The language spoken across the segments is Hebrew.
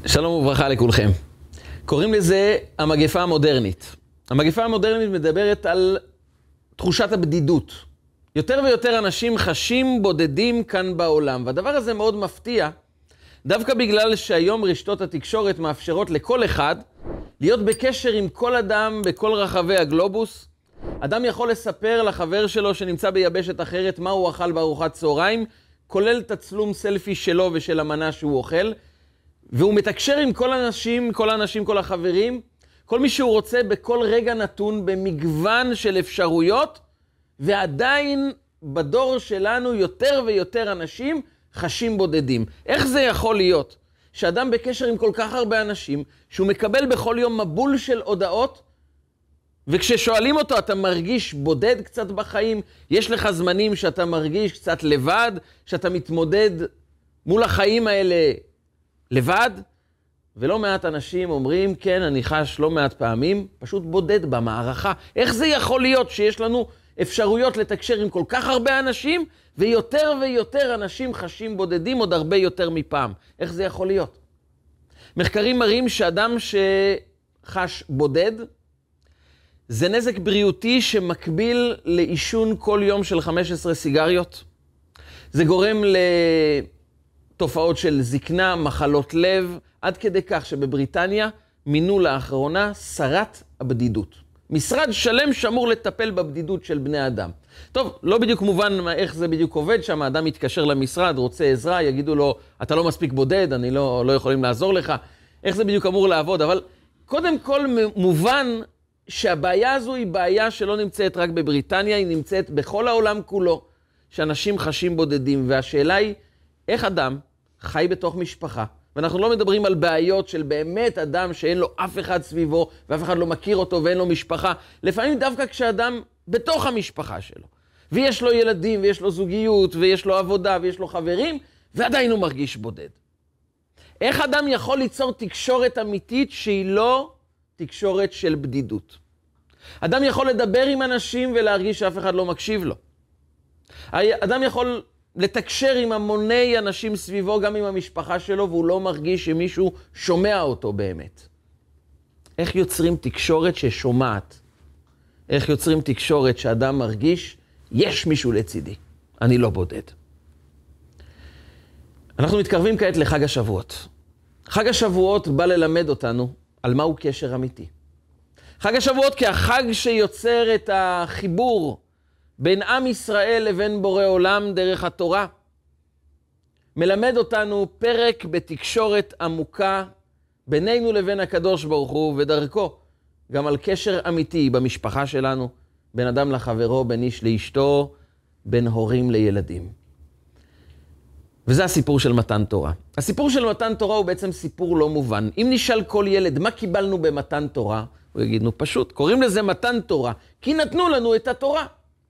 שלום וברכה לכולכם. קוראים לזה המגפה המודרנית. המגפה המודרנית מדברת על תחושת הבדידות. יותר ויותר אנשים חשים בודדים כאן בעולם, והדבר הזה מאוד מפתיע, דווקא בגלל שהיום רשתות התקשורת מאפשרות לכל אחד להיות בקשר עם כל אדם בכל רחבי הגלובוס. אדם יכול לספר לחבר שלו שנמצא ביבשת אחרת מה הוא אכל בארוחת צהריים, כולל תצלום סלפי שלו ושל המנה שהוא אוכל, והוא מתקשר עם כל החברים, כל מי שהוא רוצה בכל רגע נתון במגוון של אפשרויות, ועדיין בדור שלנו יותר ויותר אנשים חשים בודדים. איך זה יכול להיות שאדם בקשר עם כל כך הרבה אנשים, שהוא מקבל בכל יום מבול של הודעות, וכששואלים אותו, אתה מרגיש בודד קצת בחיים? יש לך זמנים שאתה מרגיש קצת לבד, שאתה מתמודד מול החיים האלה לבד? ולא מעט אנשים אומרים, כן, אני חש לא מעט פעמים, פשוט בודד במערכה. איך זה יכול להיות שיש לנו אפשרויות לתקשר עם כל כך הרבה אנשים, ויותר ויותר אנשים חשים בודדים עוד הרבה יותר מפעם? איך זה יכול להיות? מחקרים מראים שאדם שחש בודד, זה נזק בריאותי שמקביל לעישון כל יום של 15 סיגריות. זה גורם לתופעות של זקנה, מחלות לב, עד כדי כך שבבריטניה מינו לאחרונה שרת הבדידות. משרד שלם שאמור לטפל בבדידות של בני אדם. טוב, לא בדיוק מובן איך זה בדיוק עובד שם, האדם מתקשר למשרד, רוצה עזרה, יגידו לו, אתה לא מספיק בודד, אני לא יכולים לעזור לך. איך זה בדיוק אמור לעבוד? אבל קודם כל מובן שהבעיה הזו היא בעיה שלא נמצאת רק בבריטניה, היא נמצאת בכל העולם כולו, שאנשים חשים בודדים, והשאלה היא, איך אדם חי בתוך משפחה, ואנחנו לא מדברים על בעיות של באמת אדם שאין לו אף אחד סביבו, ואף אחד לא מכיר אותו ואין לו משפחה, לפעמים דווקא כשאדם בתוך המשפחה שלו, ויש לו ילדים ויש לו זוגיות ויש לו עבודה ויש לו חברים, ועדיין הוא מרגיש בודד. איך אדם יכול ליצור תקשורת אמיתית שהיא לא תקשורת של בדידות? אדם יכול לדבר עם אנשים ולהרגיש שאף אחד לא מקשיב לו. אדם יכול לתקשר עם המוני אנשים סביבו, גם עם המשפחה שלו, והוא לא מרגיש שמישהו שומע אותו באמת. איך יוצרים תקשורת ששומעת? איך יוצרים תקשורת שאדם מרגיש, יש מישהו לצידי, אני לא בודד? אנחנו מתקרבים כעת לחג השבועות. חג השבועות בא ללמד אותנו על מהו קשר אמיתי. חג השבועות כהחג שיוצר את החיבור בין עם ישראל לבין בורא עולם דרך התורה, מלמד אותנו פרק בתקשורת עמוקה בינינו לבין הקדוש ברוך הוא, ודרכו גם על קשר אמיתי במשפחה שלנו, בין אדם לחברו, בין איש לאשתו, בין הורים לילדים. וזה הסיפור של מתן תורה. הסיפור של מתן תורה הוא בעצם סיפור לא מובן. אם נשאל כל ילד מה קיבלנו במתן תורה, הוא יגיד, נו פשוט, קוראים לזה מתן תורה, כי נתנו לנו את התורה.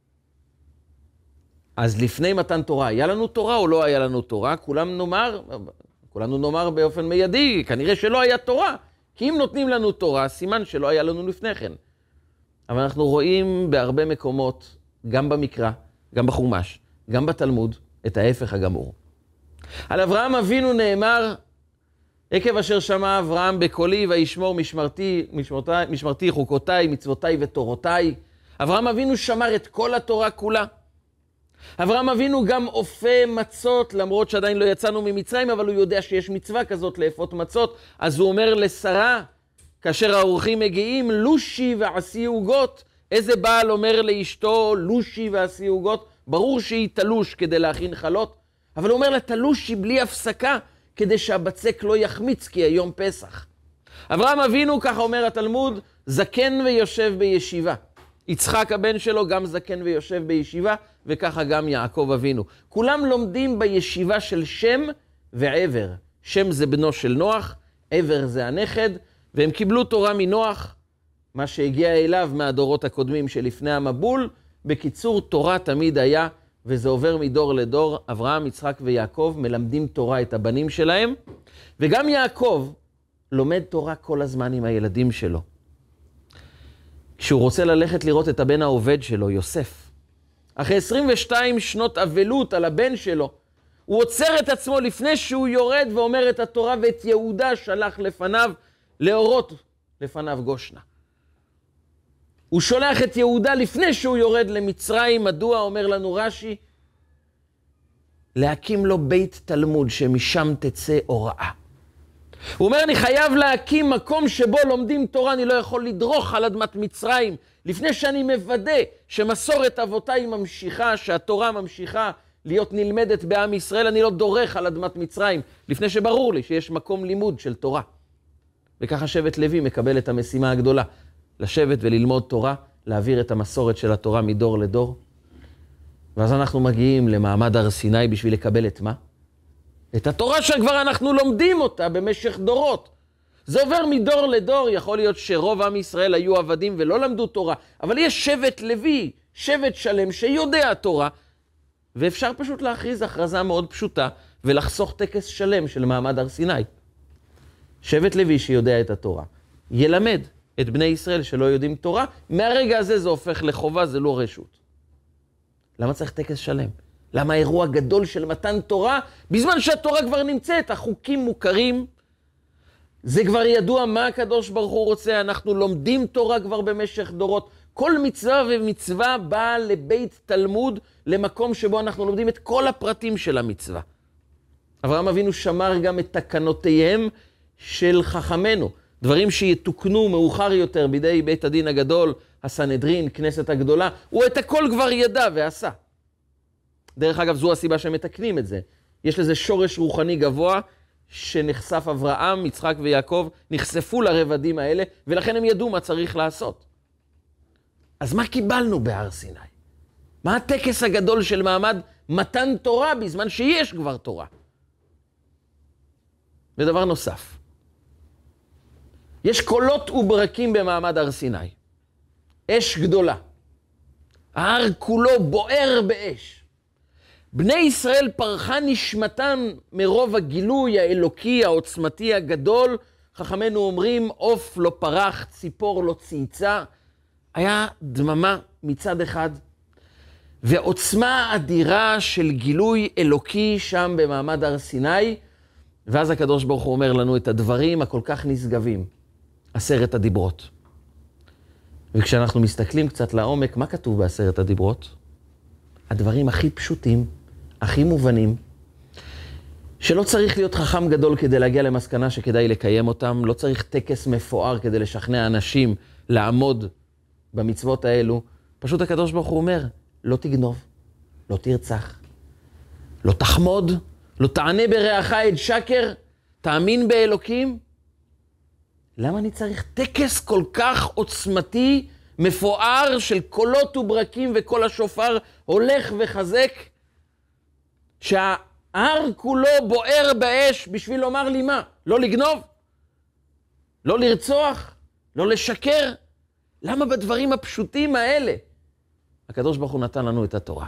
אז לפני מתן תורה, היה לנו תורה או לא היה לנו תורה? כולנו נאמר באופן מיידי, כנראה שלא היה תורה. כי אם נותנים לנו תורה, סימן שלא היה לנו לפני כן. אבל אנחנו רואים בהרבה מקומות, גם במקרא, גם בחומש, גם בתלמוד, את ההפך הגמור. על אברהם אבינו נאמר, עקב אשר שמע אברהם בקולי וישמור משמרתי חוקותיי, מצוותיי ותורותיי. אברהם אבינו שמר את כל התורה כולה. אברהם אבינו גם אופה מצות, למרות שעדיין לא יצאנו ממצרים, אבל הוא יודע שיש מצווה כזאת לאפות מצות. אז הוא אומר לשרה, כאשר האורחים מגיעים, לושי ועשי עוגות. איזה בעל אומר לאשתו, לושי ועשי עוגות? ברור שהיא תלוש כדי להכין חלות, אבל הוא אומר לה, תלושי בלי הפסקה, כדי שהבצק לא יחמיץ, כי היום פסח. אברהם אבינו, ככה אומר התלמוד, זקן ויושב בישיבה. יצחק הבן שלו גם זקן ויושב בישיבה, וככה גם יעקב אבינו. כולם לומדים בישיבה של שם ועבר. שם זה בנו של נוח, עבר זה הנכד, והם קיבלו תורה מנוח, מה שהגיע אליו מהדורות הקודמים שלפני המבול. בקיצור, תורה תמיד היה, וזה עובר מדור לדור. אברהם, יצחק ויעקב מלמדים תורה את הבנים שלהם, וגם יעקב לומד תורה כל הזמן עם הילדים שלו. כשהוא רוצה ללכת לראות את הבן העובד שלו, יוסף, אחרי 22 שנות אבלות על הבן שלו, הוא עוצר את עצמו לפני שהוא יורד ואומר את התורה, ואת יהודה שלח לפניו להורות לפניו גושנה. הוא שולח את יהודה לפני שהוא יורד למצרים. מדוע? אומר לנו רש"י, להקים לו בית תלמוד שמשם תצא הוראה. הוא אומר, אני חייב להקים מקום שבו לומדים תורה, אני לא יכול לדרוך על אדמת מצרים, לפני שאני מוודא שמסורת אבותיי ממשיכה, שהתורה ממשיכה להיות נלמדת בעם ישראל, אני לא דורך על אדמת מצרים, לפני שברור לי שיש מקום לימוד של תורה. וככה שבט לוי מקבל את המשימה הגדולה, לשבת וללמוד תורה, להעביר את המסורת של התורה מדור לדור. ואז אנחנו מגיעים למעמד הר סיני בשביל לקבל את מה? את התורה שכבר אנחנו לומדים אותה במשך דורות. זה עובר מדור לדור. יכול להיות שרוב עם ישראל היו עבדים ולא למדו תורה, אבל יש שבט לוי, שבט שלם שיודע תורה, ואפשר פשוט להכריז הכרזה מאוד פשוטה ולחסוך טקס שלם של מעמד הר סיני. שבט לוי שיודע את התורה ילמד את בני ישראל שלא יודעים תורה. מהרגע הזה זה הופך לחובה, זה לא רשות. למה צריך טקס שלם? למה אירוע גדול של מתן תורה, בזמן שהתורה כבר נמצאת, החוקים מוכרים, זה כבר ידוע מה הקדוש ברוך הוא רוצה, אנחנו לומדים תורה כבר במשך דורות, כל מצווה ומצווה באה לבית תלמוד, למקום שבו אנחנו לומדים את כל הפרטים של המצווה. אברהם אבינו שמר גם את תקנותיהם של חכמינו, דברים שיתוקנו מאוחר יותר בידי בית הדין הגדול, הסנהדרין, כנסת הגדולה, הוא את הכל כבר ידע ועשה. דרך אגב, זו הסיבה שהם מתקנים את זה. יש לזה שורש רוחני גבוה, שנחשף אברהם, יצחק ויעקב, נחשפו לרבדים האלה, ולכן הם ידעו מה צריך לעשות. אז מה קיבלנו בהר סיני? מה הטקס הגדול של מעמד מתן תורה, בזמן שיש כבר תורה? ודבר נוסף, יש קולות וברקים במעמד הר סיני. אש גדולה. ההר כולו בוער באש. בני ישראל פרחה נשמתם מרוב הגילוי האלוקי, העוצמתי הגדול. חכמינו אומרים, עוף לא פרח, ציפור לא צייצה. היה דממה מצד אחד, ועוצמה אדירה של גילוי אלוקי שם במעמד הר סיני. ואז הקדוש ברוך הוא אומר לנו את הדברים הכל כך נשגבים, 10 הדיברות. וכשאנחנו מסתכלים קצת לעומק, מה כתוב ב10 הדיברות? הדברים הכי פשוטים, הכי מובנים, שלא צריך להיות חכם גדול כדי להגיע למסקנה שכדאי לקיים אותם, לא צריך טקס מפואר כדי לשכנע אנשים לעמוד במצוות האלו. פשוט הקדוש ברוך הוא אומר, לא תגנוב, לא תרצח, לא תחמוד, לא תענה ברעך עד שקר, תאמין באלוקים. למה אני צריך טקס כל כך עוצמתי, מפואר של קולות וברקים וכל השופר הולך וחזק, שההר כולו בוער באש בשביל לומר לי מה? לא לגנוב? לא לרצוח? לא לשקר? למה בדברים הפשוטים האלה הקדוש ברוך הוא נתן לנו את התורה?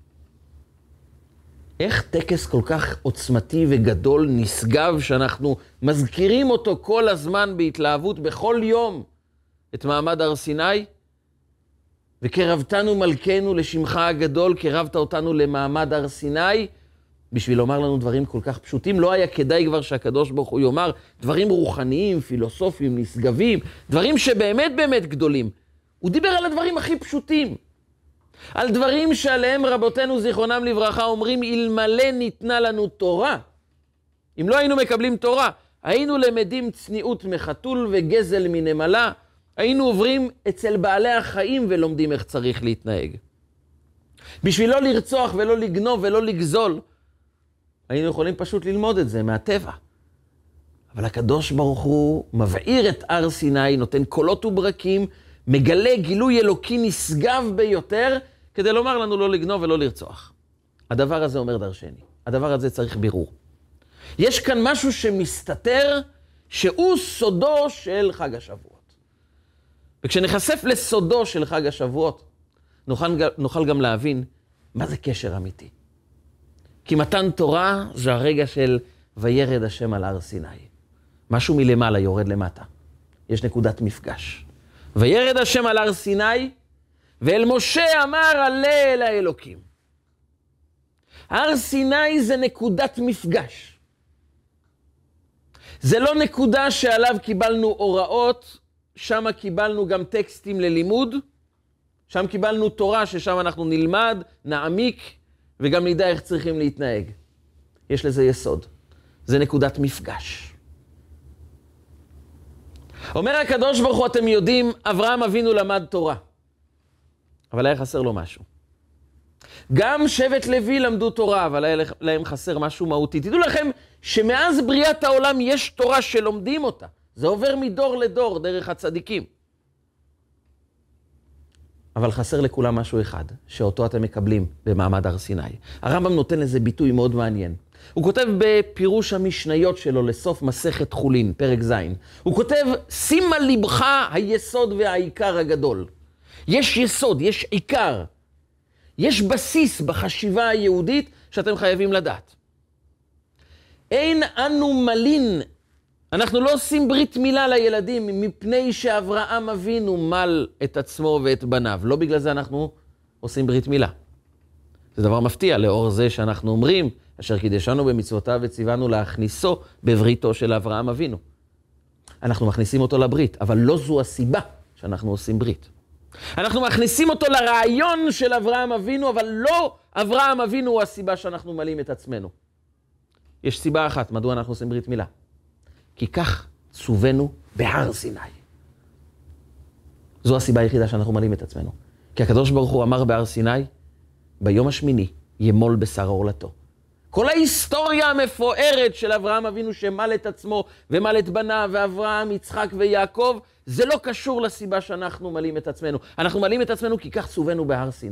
איך טקס כל כך עוצמתי וגדול נשגב שאנחנו מזכירים אותו כל הזמן בהתלהבות בכל יום, את מעמד הר סיני? וקרבתנו מלכנו לשמך הגדול, קרבת אותנו למעמד הר סיני, בשביל לומר לנו דברים כל כך פשוטים. לא היה כדאי כבר שהקדוש ברוך הוא יאמר דברים רוחניים, פילוסופיים, נשגבים, דברים שבאמת באמת גדולים. הוא דיבר על הדברים הכי פשוטים. על דברים שעליהם רבותינו זיכרונם לברכה אומרים, אלמלא ניתנה לנו תורה. אם לא היינו מקבלים תורה, היינו למדים צניעות מחתול וגזל מנמלה, היינו עוברים אצל בעלי החיים ולומדים איך צריך להתנהג. בשביל לא לרצוח ולא לגנוב ולא לגזול, היינו יכולים פשוט ללמוד את זה מהטבע. אבל הקדוש ברוך הוא מבעיר את הר סיני, נותן קולות וברקים, מגלה גילוי אלוקי נשגב ביותר, כדי לומר לנו לא לגנוב ולא לרצוח. הדבר הזה אומר דרשני. הדבר הזה צריך בירור. יש כאן משהו שמסתתר, שהוא סודו של חג השבועות. וכשנחשף לסודו של חג השבועות, נוכל גם להבין מה זה קשר אמיתי. כי מתן תורה זה הרגע של וירד השם על הר סיני. משהו מלמעלה יורד למטה. יש נקודת מפגש. וירד השם על הר סיני, ואל משה אמר עלה אל האלוקים. הר סיני זה נקודת מפגש. זה לא נקודה שעליו קיבלנו הוראות, שם קיבלנו גם טקסטים ללימוד, שם קיבלנו תורה ששם אנחנו נלמד, נעמיק, וגם נדע איך צריכים להתנהג. יש לזה יסוד. זה נקודת מפגש. אומר הקדוש ברוך הוא, אתם יודעים, אברהם אבינו למד תורה, אבל היה חסר לו משהו. גם שבט לוי למדו תורה, אבל היה להם חסר משהו מהותי. תדעו לכם שמאז בריאת העולם יש תורה שלומדים אותה. זה עובר מדור לדור דרך הצדיקים. אבל חסר לכולם משהו אחד, שאותו אתם מקבלים במעמד הר סיני. הרמב"ם נותן לזה ביטוי מאוד מעניין. הוא כותב בפירוש המשניות שלו לסוף מסכת חולין, פרק ז'. הוא כותב, שים על לבך היסוד והעיקר הגדול. יש יסוד, יש עיקר. יש בסיס בחשיבה היהודית שאתם חייבים לדעת. אין אנו מלין, אנחנו לא עושים ברית מילה לילדים מפני שאברהם אבינו מל את עצמו ואת בניו. לא בגלל זה אנחנו עושים ברית מילה. זה דבר מפתיע לאור זה שאנחנו אומרים, אשר קידשנו במצוותיו וציוונו להכניסו בבריתו של אברהם אבינו. אנחנו מכניסים אותו לברית, אבל לא זו הסיבה שאנחנו עושים ברית. אנחנו מכניסים אותו לרעיון של אברהם אבינו, אבל לא אברהם אבינו הוא הסיבה שאנחנו מלאים את עצמנו. יש סיבה אחת, מדוע אנחנו עושים ברית מילה. כי כך צוונו בהר סיני. זו הסיבה היחידה שאנחנו מלאים את עצמנו. כי הקדוש ברוך הוא אמר בהר סיני, ביום השמיני ימול בשר עורלתו. כל ההיסטוריה המפוארת של אברהם אבינו שמל את עצמו ומל את בניו ואברהם, יצחק ויעקב, זה לא קשור לסיבה שאנחנו מלאים את עצמנו. אנחנו מלאים את עצמנו כי כך צוונו בהר סיני.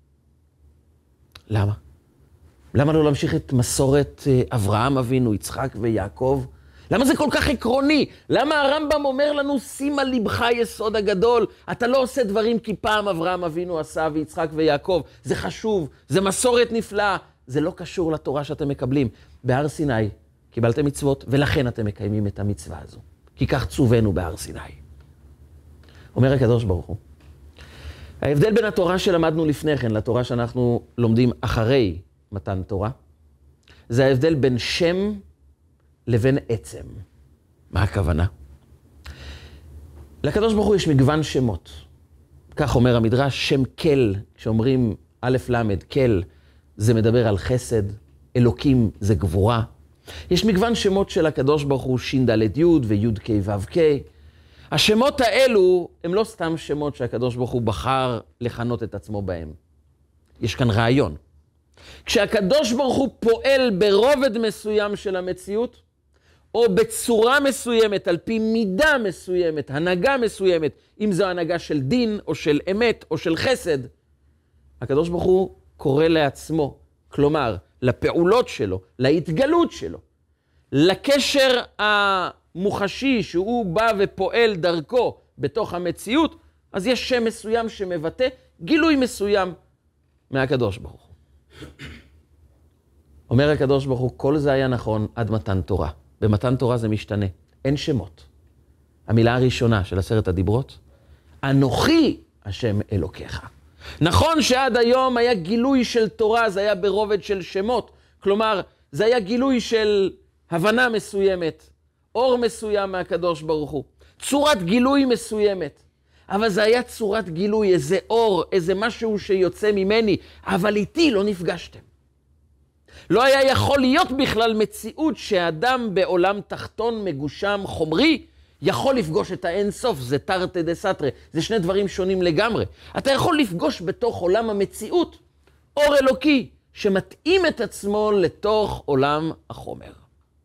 למה? למה לא להמשיך את מסורת אברהם אבינו, יצחק ויעקב? למה זה כל כך עקרוני? למה הרמב"ם אומר לנו, שים על לבך יסוד הגדול? אתה לא עושה דברים כי פעם אברהם אבינו עשה ויצחק ויעקב. זה חשוב, זה מסורת נפלאה. זה לא קשור לתורה שאתם מקבלים. בהר סיני קיבלתם מצוות, ולכן אתם מקיימים את המצווה הזו. כי כך צוונו בהר סיני. אומר הקדוש ברוך הוא, ההבדל בין התורה שלמדנו לפני כן, לתורה שאנחנו לומדים אחרי מתן תורה, זה ההבדל בין שם לבין עצם. מה הכוונה? לקדוש ברוך הוא יש מגוון שמות. כך אומר המדרש, שם כל, כשאומרים א' למד, כל, זה מדבר על חסד, אלוקים זה גבורה. יש מגוון שמות של הקדוש ברוך הוא, שין ד' י' וי' כ' ו' כ'. השמות האלו הם לא סתם שמות שהקדוש ברוך הוא בחר לכנות את עצמו בהם. יש כאן רעיון. כשהקדוש ברוך הוא פועל ברובד מסוים של המציאות, או בצורה מסוימת, על פי מידה מסוימת, הנהגה מסוימת, אם זו הנהגה של דין, או של אמת, או של חסד, הקדוש ברוך הוא קורא לעצמו, כלומר, לפעולות שלו, להתגלות שלו, לקשר המוחשי שהוא בא ופועל דרכו בתוך המציאות, אז יש שם מסוים שמבטא גילוי מסוים מהקדוש ברוך הוא. אומר הקדוש ברוך הוא, כל זה היה נכון עד מתן תורה. במתן תורה זה משתנה, אין שמות. המילה הראשונה של 10 הדיברות, אנוכי השם אלוקיך. נכון שעד היום היה גילוי של תורה, זה היה ברובד של שמות. כלומר, זה היה גילוי של הבנה מסוימת, אור מסוים מהקדוש ברוך הוא. צורת גילוי מסוימת. אבל זה היה צורת גילוי, איזה אור, איזה משהו שיוצא ממני. אבל איתי לא נפגשתם. לא היה יכול להיות בכלל מציאות שאדם בעולם תחתון מגושם חומרי, יכול לפגוש את האין סוף, זה תרתי דסתרי, זה שני דברים שונים לגמרי. אתה יכול לפגוש בתוך עולם המציאות אור אלוקי שמתאים את עצמו לתוך עולם החומר.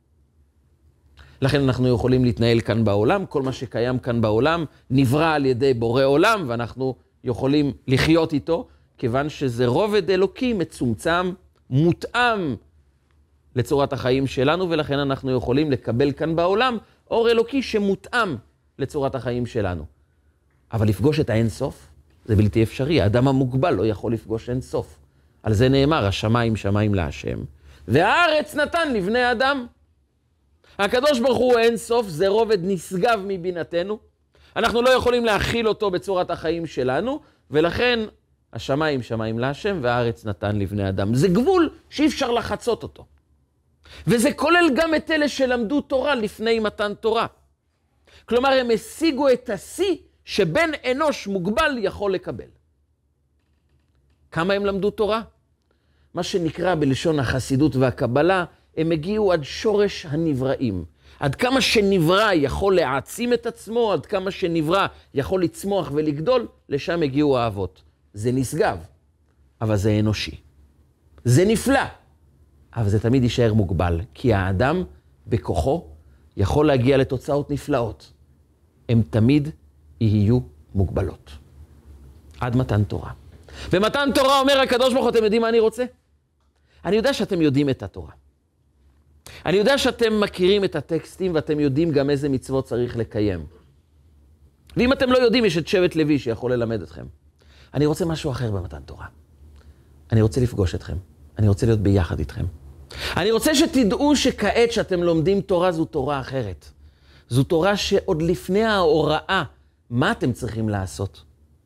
לכן אנחנו יכולים להתנהל כאן בעולם, כל מה שקיים כאן בעולם נברא על ידי בורא עולם, ואנחנו יכולים לחיות איתו, כיוון שזה רובד אלוקי מצומצם, מותאם לצורת החיים שלנו, ולכן אנחנו יכולים לקבל כאן בעולם אור אלוקי שמותאם לצורת החיים שלנו. אבל לפגוש את האין סוף זה בלתי אפשרי. האדם המוגבל לא יכול לפגוש אין סוף. על זה נאמר, השמיים שמיים להשם, והארץ נתן לבני אדם. הקדוש ברוך הוא אין סוף, זה רובד נשגב מבינתנו. אנחנו לא יכולים להכיל אותו בצורת החיים שלנו, ולכן השמיים שמיים להשם והארץ נתן לבני אדם. זה גבול שאי אפשר לחצות אותו. וזה כולל גם את אלה שלמדו תורה לפני מתן תורה. כלומר, הם השיגו את השיא שבן אנוש מוגבל יכול לקבל. כמה הם למדו תורה? מה שנקרא בלשון החסידות והקבלה, הם הגיעו עד שורש הנבראים. עד כמה שנברא יכול להעצים את עצמו, עד כמה שנברא יכול לצמוח ולגדול, לשם הגיעו האבות. זה נשגב, אבל זה אנושי. זה נפלא, אבל זה תמיד יישאר מוגבל, כי האדם בכוחו יכול להגיע לתוצאות נפלאות. הם תמיד יהיו מוגבלות. עד מתן תורה. ומתן תורה אומר הקדוש ברוך הוא, אתם יודעים מה אני רוצה? אני יודע שאתם יודעים את התורה. אני יודע שאתם מכירים את הטקסטים ואתם יודעים גם איזה מצוות צריך לקיים. ואם אתם לא יודעים, יש את שבט לוי שיכול ללמד אתכם. אני רוצה משהו אחר במתן תורה. אני רוצה לפגוש אתכם. אני רוצה להיות ביחד איתכם. אני רוצה שתדעו שכעת שאתם לומדים תורה זו תורה אחרת. זו תורה שעוד לפני ההוראה, מה אתם צריכים לעשות?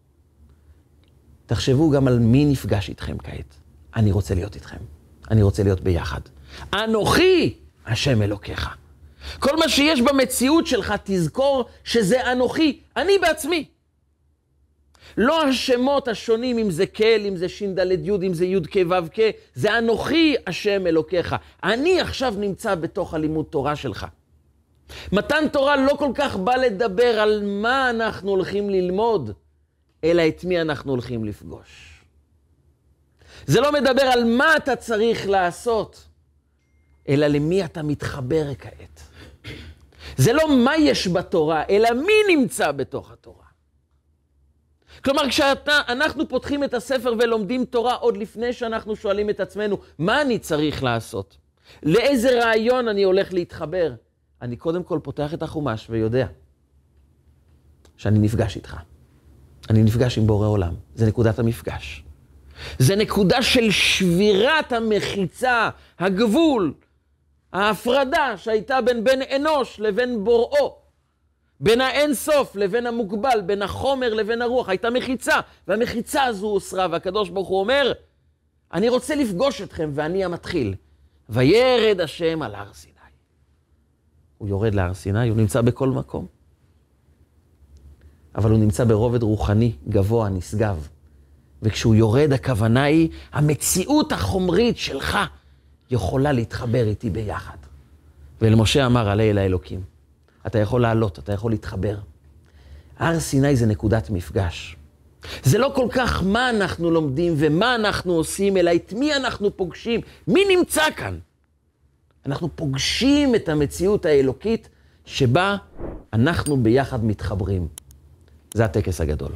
תחשבו גם על מי נפגש איתכם כעת. אני רוצה להיות איתכם. אני רוצה להיות ביחד. אנוכי השם אלוקיך. כל מה שיש במציאות שלך, תזכור שזה אנוכי, אני בעצמי. לא השמות השונים, אם זה קל, אם זה שינדלת יוד, אם זה יוד כבב כ, זה אנוכי השם אלוקיך. אני עכשיו נמצא בתוך הלימוד תורה שלך. מתן תורה לא כל כך בא לדבר על מה אנחנו הולכים ללמוד, אלא את מי אנחנו הולכים לפגוש. זה לא מדבר על מה אתה צריך לעשות, אלא למי אתה מתחבר כעת. זה לא מה יש בתורה, אלא מי נמצא בתוך התורה. כלומר, כשאנחנו פותחים את הספר ולומדים תורה, עוד לפני שאנחנו שואלים את עצמנו, מה אני צריך לעשות? לאיזה רעיון אני הולך להתחבר? אני קודם כל פותח את החומש ויודע שאני נפגש איתך. אני נפגש עם בורא עולם. זה נקודת המפגש. זה נקודה של שבירת המחיצה, הגבול, ההפרדה שהייתה בין בן אנוש לבין בוראו. בין האין סוף לבין המוגבל, בין החומר לבין הרוח. הייתה מחיצה, והמחיצה הזו הוסרה, והקדוש ברוך הוא אומר, אני רוצה לפגוש אתכם ואני המתחיל. וירד השם על הר סיני. הוא יורד להר סיני, הוא נמצא בכל מקום. אבל הוא נמצא ברובד רוחני, גבוה, נשגב. וכשהוא יורד, הכוונה היא, המציאות החומרית שלך יכולה להתחבר איתי ביחד. ולמשה אמר, עלה אל האלוקים. אתה יכול לעלות, אתה יכול להתחבר. הר סיני זה נקודת מפגש. זה לא כל כך מה אנחנו לומדים ומה אנחנו עושים, אלא את מי אנחנו פוגשים. מי נמצא כאן? אנחנו פוגשים את המציאות האלוקית שבה אנחנו ביחד מתחברים. זה הטקס הגדול.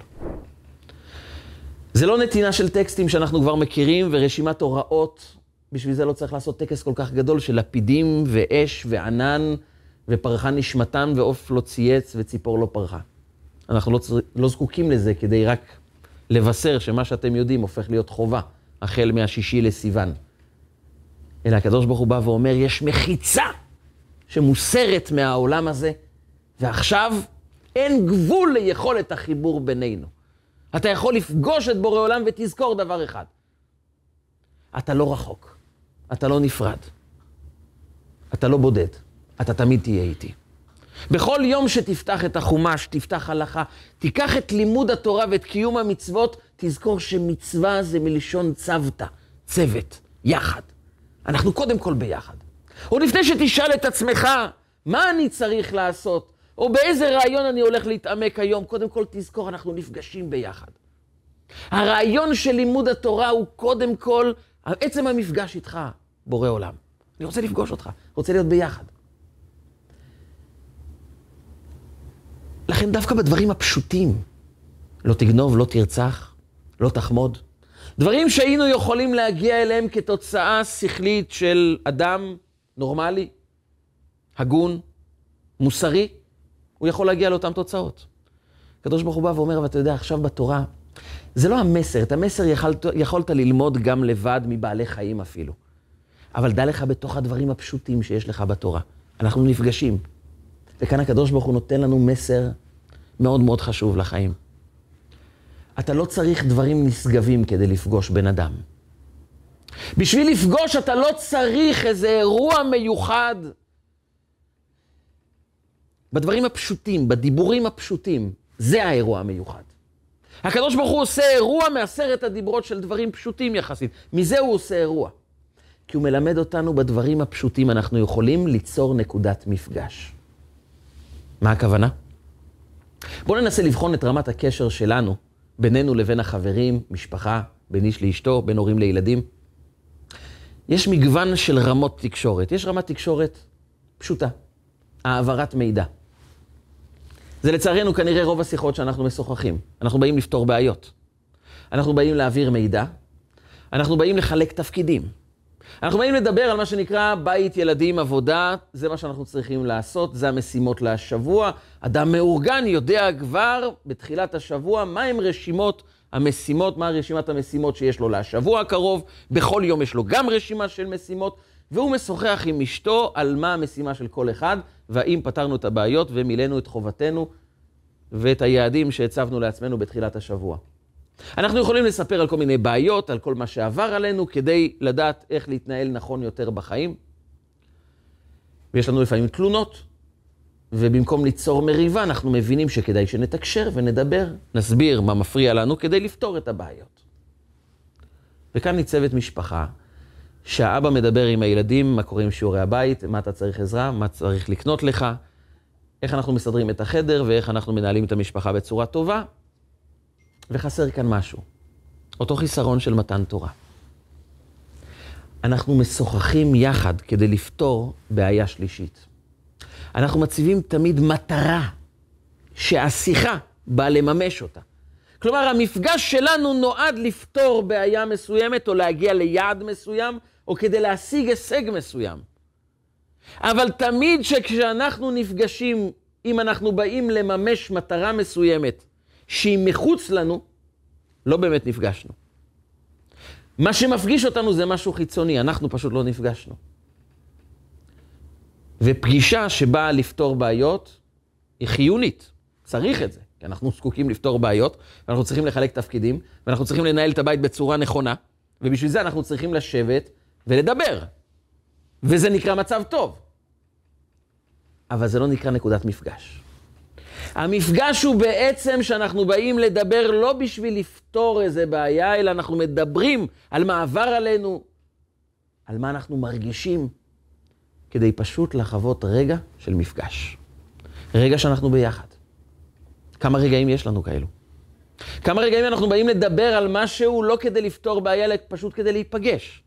זה לא נתינה של טקסטים שאנחנו כבר מכירים ורשימת הוראות. בשביל זה לא צריך לעשות טקס כל כך גדול של לפידים ואש וענן ופרחה נשמתם ועוף לא צייץ וציפור לא פרחה. אנחנו לא זקוקים לזה כדי רק לבשר שמה שאתם יודעים הופך להיות חובה החל מה6 לסיוון. אלא הקדוש ברוך הוא בא ואומר, יש מחיצה שמוסרת מהעולם הזה, ועכשיו אין גבול ליכולת החיבור בינינו. אתה יכול לפגוש את בורא עולם ותזכור דבר אחד. אתה לא רחוק, אתה לא נפרד, אתה לא בודד, אתה תמיד תהיה איתי. בכל יום שתפתח את החומש, תפתח הלכה, תיקח את לימוד התורה ואת קיום המצוות, תזכור שמצווה זה מלשון צוותא, צוות, יחד. אנחנו קודם כל ביחד. או לפני שתשאל את עצמך, מה אני צריך לעשות? או באיזה רעיון אני הולך להתעמק היום? קודם כל תזכור, אנחנו נפגשים ביחד. הרעיון של לימוד התורה הוא קודם כל, עצם המפגש איתך, בורא עולם. אני רוצה לפגוש אותך, רוצה להיות ביחד. לכן דווקא בדברים הפשוטים, לא תגנוב, לא תרצח, לא תחמוד, דברים שהיינו יכולים להגיע אליהם כתוצאה שכלית של אדם נורמלי, הגון, מוסרי, הוא יכול להגיע לאותן תוצאות. הקדוש ברוך הוא בא ואומר, ואתה יודע, עכשיו בתורה, זה לא המסר, את המסר יכולת ללמוד גם לבד מבעלי חיים אפילו. אבל דע לך בתוך הדברים הפשוטים שיש לך בתורה. אנחנו נפגשים. וכאן הקדוש ברוך הוא נותן לנו מסר מאוד מאוד חשוב לחיים. אתה לא צריך דברים נשגבים כדי לפגוש בן אדם. בשביל לפגוש אתה לא צריך איזה אירוע מיוחד. בדברים הפשוטים, בדיבורים הפשוטים, זה האירוע המיוחד. הקדוש ברוך הוא עושה אירוע מ10 הדיברות של דברים פשוטים יחסית. מזה הוא עושה אירוע. כי הוא מלמד אותנו בדברים הפשוטים, אנחנו יכולים ליצור נקודת מפגש. מה הכוונה? בואו ננסה לבחון את רמת הקשר שלנו, בינינו לבין החברים, משפחה, בין איש לאשתו, בין הורים לילדים. יש מגוון של רמות תקשורת. יש רמת תקשורת פשוטה, העברת מידע. זה לצערנו כנראה רוב השיחות שאנחנו משוחחים. אנחנו באים לפתור בעיות. אנחנו באים להעביר מידע. אנחנו באים לחלק תפקידים. אנחנו באים לדבר על מה שנקרא בית, ילדים, עבודה. זה מה שאנחנו צריכים לעשות. זה המשימות לשבוע. אדם מאורגן יודע כבר בתחילת השבוע מהם רשימות המשימות, מה רשימת המשימות שיש לו לשבוע הקרוב. בכל יום יש לו גם רשימה של משימות. והוא משוחח עם אשתו על מה המשימה של כל אחד, והאם פתרנו את הבעיות ומילאנו את חובתנו ואת היעדים שהצבנו לעצמנו בתחילת השבוע. אנחנו יכולים לספר על כל מיני בעיות, על כל מה שעבר עלינו, כדי לדעת איך להתנהל נכון יותר בחיים. ויש לנו לפעמים תלונות, ובמקום ליצור מריבה, אנחנו מבינים שכדאי שנתקשר ונדבר, נסביר מה מפריע לנו כדי לפתור את הבעיות. וכאן ניצבת משפחה, שהאבא מדבר עם הילדים, מה קורה עם שיעורי הבית, מה אתה צריך עזרה, מה צריך לקנות לך, איך אנחנו מסדרים את החדר ואיך אנחנו מנהלים את המשפחה בצורה טובה. וחסר כאן משהו, אותו חיסרון של מתן תורה. אנחנו משוחחים יחד כדי לפתור בעיה שלישית. אנחנו מציבים תמיד מטרה שהשיחה באה לממש אותה. כלומר, המפגש שלנו נועד לפתור בעיה מסוימת או להגיע ליעד מסוים, או כדי להשיג הישג מסוים. אבל תמיד שכשאנחנו נפגשים, אם אנחנו באים לממש מטרה מסוימת, שהיא מחוץ לנו, לא באמת נפגשנו. מה שמפגיש אותנו זה משהו חיצוני, אנחנו פשוט לא נפגשנו. ופגישה שבאה לפתור בעיות היא חיונית, צריך את זה. כי אנחנו זקוקים לפתור בעיות, ואנחנו צריכים לחלק תפקידים, ואנחנו צריכים לנהל את הבית בצורה נכונה, ובשביל זה אנחנו צריכים לשבת ולדבר. וזה נקרא מצב טוב. אבל זה לא נקרא נקודת מפגש. המפגש הוא בעצם שאנחנו באים לדבר לא בשביל לפתור איזה בעיה, אלא אנחנו מדברים על מה עבר עלינו, על מה אנחנו מרגישים, כדי פשוט לחוות רגע של מפגש. רגע שאנחנו ביחד. כמה רגעים יש לנו כאלו? כמה רגעים אנחנו באים לדבר על משהו לא כדי לפתור בעיה, אלא פשוט כדי להיפגש.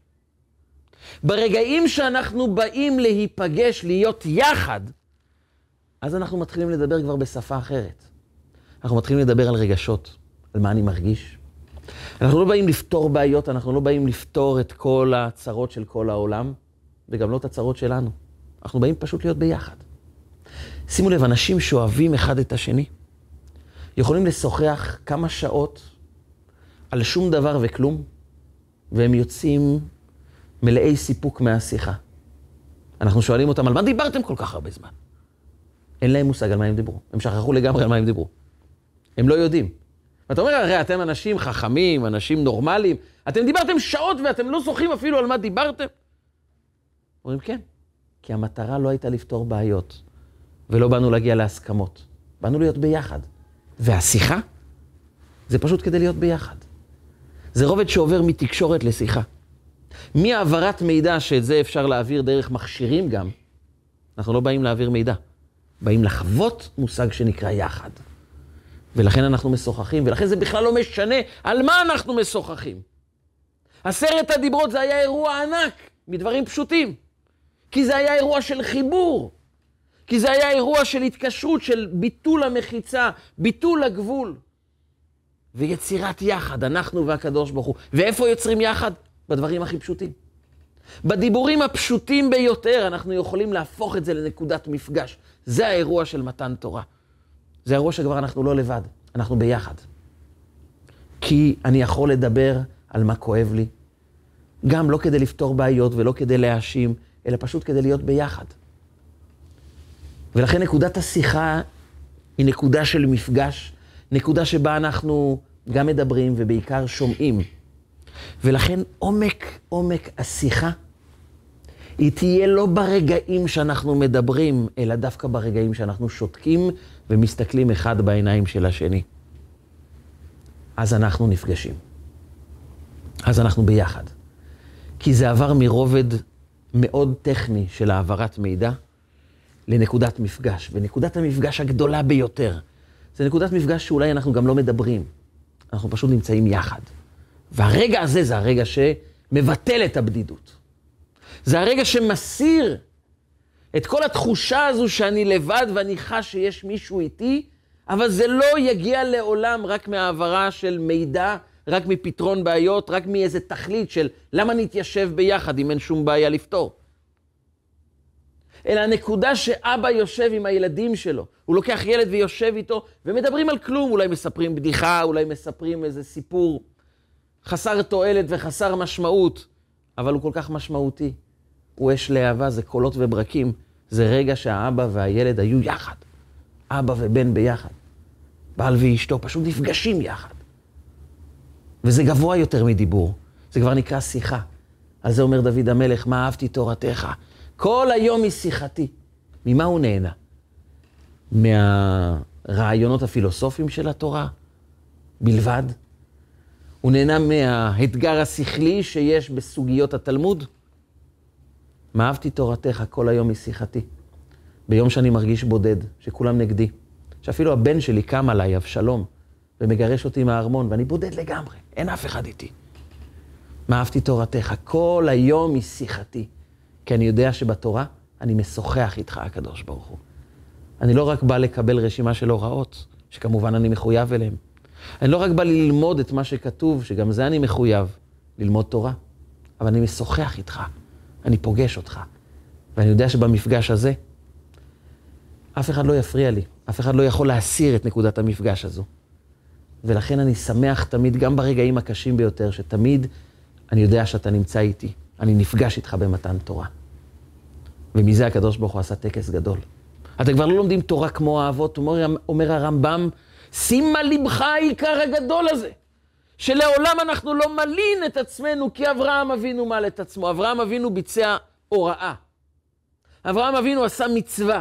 ברגעים שאנחנו באים להיפגש, להיות יחד, אז אנחנו מתחילים לדבר כבר בשפה אחרת. אנחנו מתחילים לדבר על רגשות, על מה אני מרגיש. אנחנו לא באים לפתור בעיות, אנחנו לא באים לפתור את כל הצרות של כל העולם, וגם לא את הצרות שלנו. אנחנו באים פשוט להיות ביחד. שימו לב, אנשים שאוהבים אחד את השני, יכולים לשוחח כמה שעות על שום דבר וכלום, והם יוצאים מלאי סיפוק מהשיחה. אנחנו שואלים אותם, על מה דיברתם כל כך הרבה זמן? אין להם מושג על מה הם דיברו. הם שכחו לגמרי על מה הם דיברו. הם לא יודעים. ואתה אומר, הרי אתם אנשים חכמים, אנשים נורמליים, אתם דיברתם שעות ואתם לא זוכרים אפילו על מה דיברתם? אומרים כן, כי המטרה לא הייתה לפתור בעיות, ולא באנו להגיע להסכמות. באנו להיות ביחד. והשיחה, זה פשוט כדי להיות ביחד. זה רובד שעובר מתקשורת לשיחה. מהעברת מידע, שאת זה אפשר להעביר דרך מכשירים גם, אנחנו לא באים להעביר מידע. באים לחוות מושג שנקרא יחד. ולכן אנחנו משוחחים, ולכן זה בכלל לא משנה על מה אנחנו משוחחים. 10 הדיברות זה היה אירוע ענק, מדברים פשוטים. כי זה היה אירוע של חיבור. כי זה היה אירוע של התקשרות, של ביטול המחיצה, ביטול הגבול. ויצירת יחד, אנחנו והקדוש ברוך הוא. ואיפה יוצרים יחד? בדברים הכי פשוטים. בדיבורים הפשוטים ביותר אנחנו יכולים להפוך את זה לנקודת מפגש. זה האירוע של מתן תורה. זה האירוע שכבר אנחנו לא לבד, אנחנו ביחד. כי אני יכול לדבר על מה כואב לי, גם לא כדי לפתור בעיות ולא כדי להאשים, אלא פשוט כדי להיות ביחד. ולכן נקודת השיחה היא נקודה של מפגש, נקודה שבה אנחנו גם מדברים ובעיקר שומעים. ולכן עומק השיחה, היא תהיה לא ברגעים שאנחנו מדברים, אלא דווקא ברגעים שאנחנו שותקים ומסתכלים אחד בעיניים של השני. אז אנחנו נפגשים. אז אנחנו ביחד. כי זה עבר מרובד מאוד טכני של העברת מידע לנקודת מפגש. ונקודת המפגש הגדולה ביותר, זה נקודת מפגש שאולי אנחנו גם לא מדברים. אנחנו פשוט נמצאים יחד. והרגע הזה זה הרגע שמבטל את הבדידות. זה הרגע שמסיר את כל התחושה הזו שאני לבד ואני חש שיש מישהו איתי, אבל זה לא יגיע לעולם רק מהעברה של מידע, רק מפתרון בעיות, רק מאיזה תכלית של למה נתיישב ביחד אם אין שום בעיה לפתור. אלא הנקודה שאבא יושב עם הילדים שלו, הוא לוקח ילד ויושב איתו ומדברים על כלום, אולי מספרים בדיחה, אולי מספרים איזה סיפור חסר תועלת וחסר משמעות, אבל הוא כל כך משמעותי. הוא אש להבה, זה קולות וברקים, זה רגע שהאבא והילד היו יחד. אבא ובן ביחד. בעל ואשתו פשוט נפגשים יחד. וזה גבוה יותר מדיבור, זה כבר נקרא שיחה. על זה אומר דוד המלך, מה אהבתי תורתך? כל היום היא שיחתי. ממה הוא נהנה? מהרעיונות הפילוסופיים של התורה בלבד? הוא נהנה מהאתגר השכלי שיש בסוגיות התלמוד? מה אהבתי תורתך? כל היום היא שיחתי. ביום שאני מרגיש בודד, שכולם נגדי, שאפילו הבן שלי קם עליי, אבשלום, ומגרש אותי מהארמון, ואני בודד לגמרי, אין אף אחד איתי. מה אהבתי תורתך? כל היום היא שיחתי. כי אני יודע שבתורה אני משוחח איתך, הקדוש ברוך הוא. אני לא רק בא לקבל רשימה של הוראות, שכמובן אני מחויב אליהם. אני לא רק בא ללמוד את מה שכתוב, שגם זה אני מחויב, ללמוד תורה. אבל אני משוחח איתך, אני פוגש אותך. ואני יודע שבמפגש הזה, אף אחד לא יפריע לי, אף אחד לא יכול להסיר את נקודת המפגש הזו. ולכן אני שמח תמיד, גם ברגעים הקשים ביותר, שתמיד אני יודע שאתה נמצא איתי. אני נפגש איתך במתן תורה. ומזה הקדוש ברוך הוא עשה טקס גדול. אתם כבר לא לומדים תורה כמו האבות, אומר הרמב"ם, שימה לבך העיקר הגדול הזה, שלעולם אנחנו לא מלין את עצמנו, כי אברהם אבינו מל את עצמו. אברהם אבינו ביצע הוראה. אברהם אבינו עשה מצווה.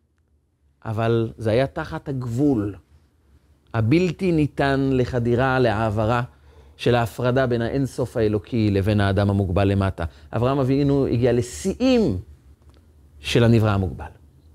אבל זה היה תחת הגבול, הבלתי ניתן לחדירה, להעברה של ההפרדה בין האינסוף האלוקי לבין האדם המוגבל למטה. אברהם אבינו הגיע לשיאים של הנברא המוגבל.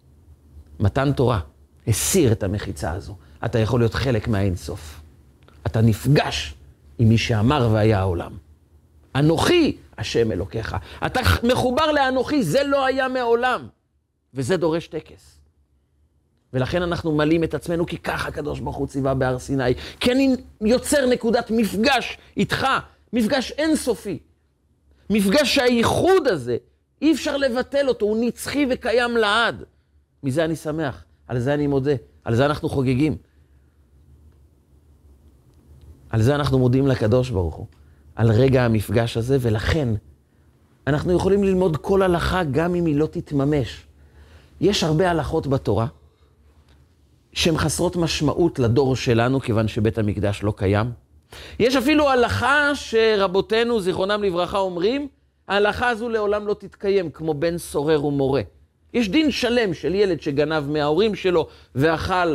מתן תורה הסיר את המחיצה הזו. אתה יכול להיות חלק מהאינסוף. אתה נפגש עם מי שאמר והיה העולם. אנוכי השם אלוקיך. אתה מחובר לאנוכי, זה לא היה מעולם. וזה דורש טקס. ולכן אנחנו מלאים את עצמנו, כי ככה הקדוש ברוך הוא ציווה בהר סיני. כי אני יוצר נקודת מפגש איתך, מפגש אינסופי. מפגש שהייחוד הזה, אי אפשר לבטל אותו, הוא נצחי וקיים לעד. מזה אני שמח, על זה אני מודה, על זה אנחנו חוגגים. על זה אנחנו מודים לקדוש ברוך הוא, על רגע המפגש הזה, ולכן אנחנו יכולים ללמוד כל הלכה גם אם היא לא תתממש. יש הרבה הלכות בתורה, שהן חסרות משמעות לדור שלנו, כיוון שבית המקדש לא קיים. יש אפילו הלכה שרבותינו, זיכרונם לברכה, אומרים, ההלכה הזו לעולם לא תתקיים, כמו בן סורר ומורה. יש דין שלם של ילד שגנב מההורים שלו, ואכל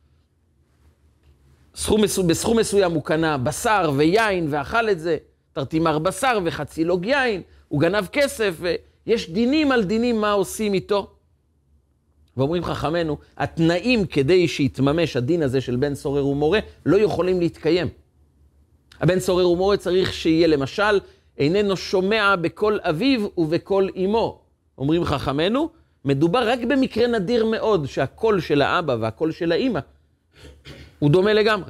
בסכום מסוים הוא קנה בשר ויין, ואכל את זה, תרתימר בשר וחצי לוג יין, הוא גנב כסף, ויש דינים על דינים מה עושים איתו. ואומרים חכמינו, התנאים כדי שיתממש הדין הזה של בן סורר ומורה, לא יכולים להתקיים. הבן סורר ומורה צריך שיהיה למשל, איננו שומע בקול אביו ובקול אמו. אומרים חכמינו, מדובר רק במקרה נדיר מאוד, שהקול של האבא והקול של האמא, הוא דומה לגמרי.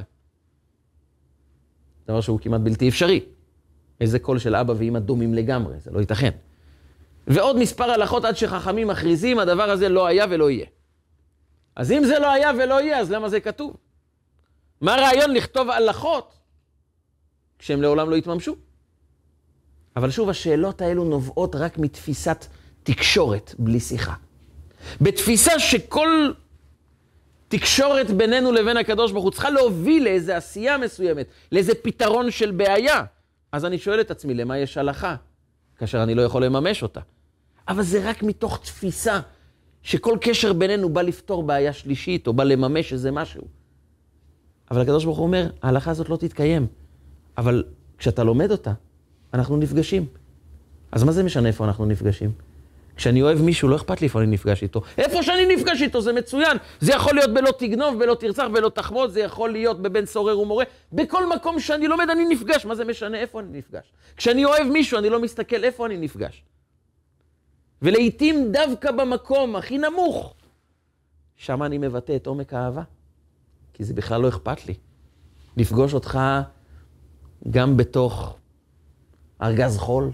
דבר שהוא כמעט בלתי אפשרי. איזה קול של אבא ואמא דומים לגמרי, זה לא ייתכן. ועוד מספר הלכות עד שחכמים מכריזים, הדבר הזה לא היה ולא יהיה. אז אם זה לא היה ולא יהיה, אז למה זה כתוב? מה הרעיון לכתוב הלכות כשהם לעולם לא יתממשו? אבל שוב, השאלות האלו נובעות רק מתפיסת תקשורת בלי שיחה. בתפיסה שכל תקשורת בינינו לבין הקדוש ברוך הוא צריכה להוביל לאיזו עשייה מסוימת, לאיזה פתרון של בעיה. אז אני שואל את עצמי, למה יש הלכה? כאשר אני לא יכול לממש אותה. אבל זה רק מתוך תפיסה שכל קשר בינינו בא לפתור בעיה שלישית, או בא לממש איזה משהו. אבל הקדוש ברוך הוא אומר, ההלכה הזאת לא תתקיים. אבל כשאתה לומד אותה, אנחנו נפגשים. אז מה זה משנה איפה אנחנו נפגשים? כשאני אוהב מישהו, לא אכפת לי איפה אני נפגש איתו. איפה שאני נפגש איתו, זה מצוין. זה יכול להיות בלא תגנוב, בלא תרצח, בלא תחמוד, זה יכול להיות בבן סורר ומורה. בכל מקום שאני לומד, אני נפגש. מה זה משנה איפה אני נפגש? כשאני אוהב מישהו, אני לא מסתכל איפה אני נפגש. ולעיתים דווקא במקום הכי נמוך, שם אני מבטא את עומק האהבה. כי זה בכלל לא אכפת לי. לפגוש אותך גם בתוך ארגז חול.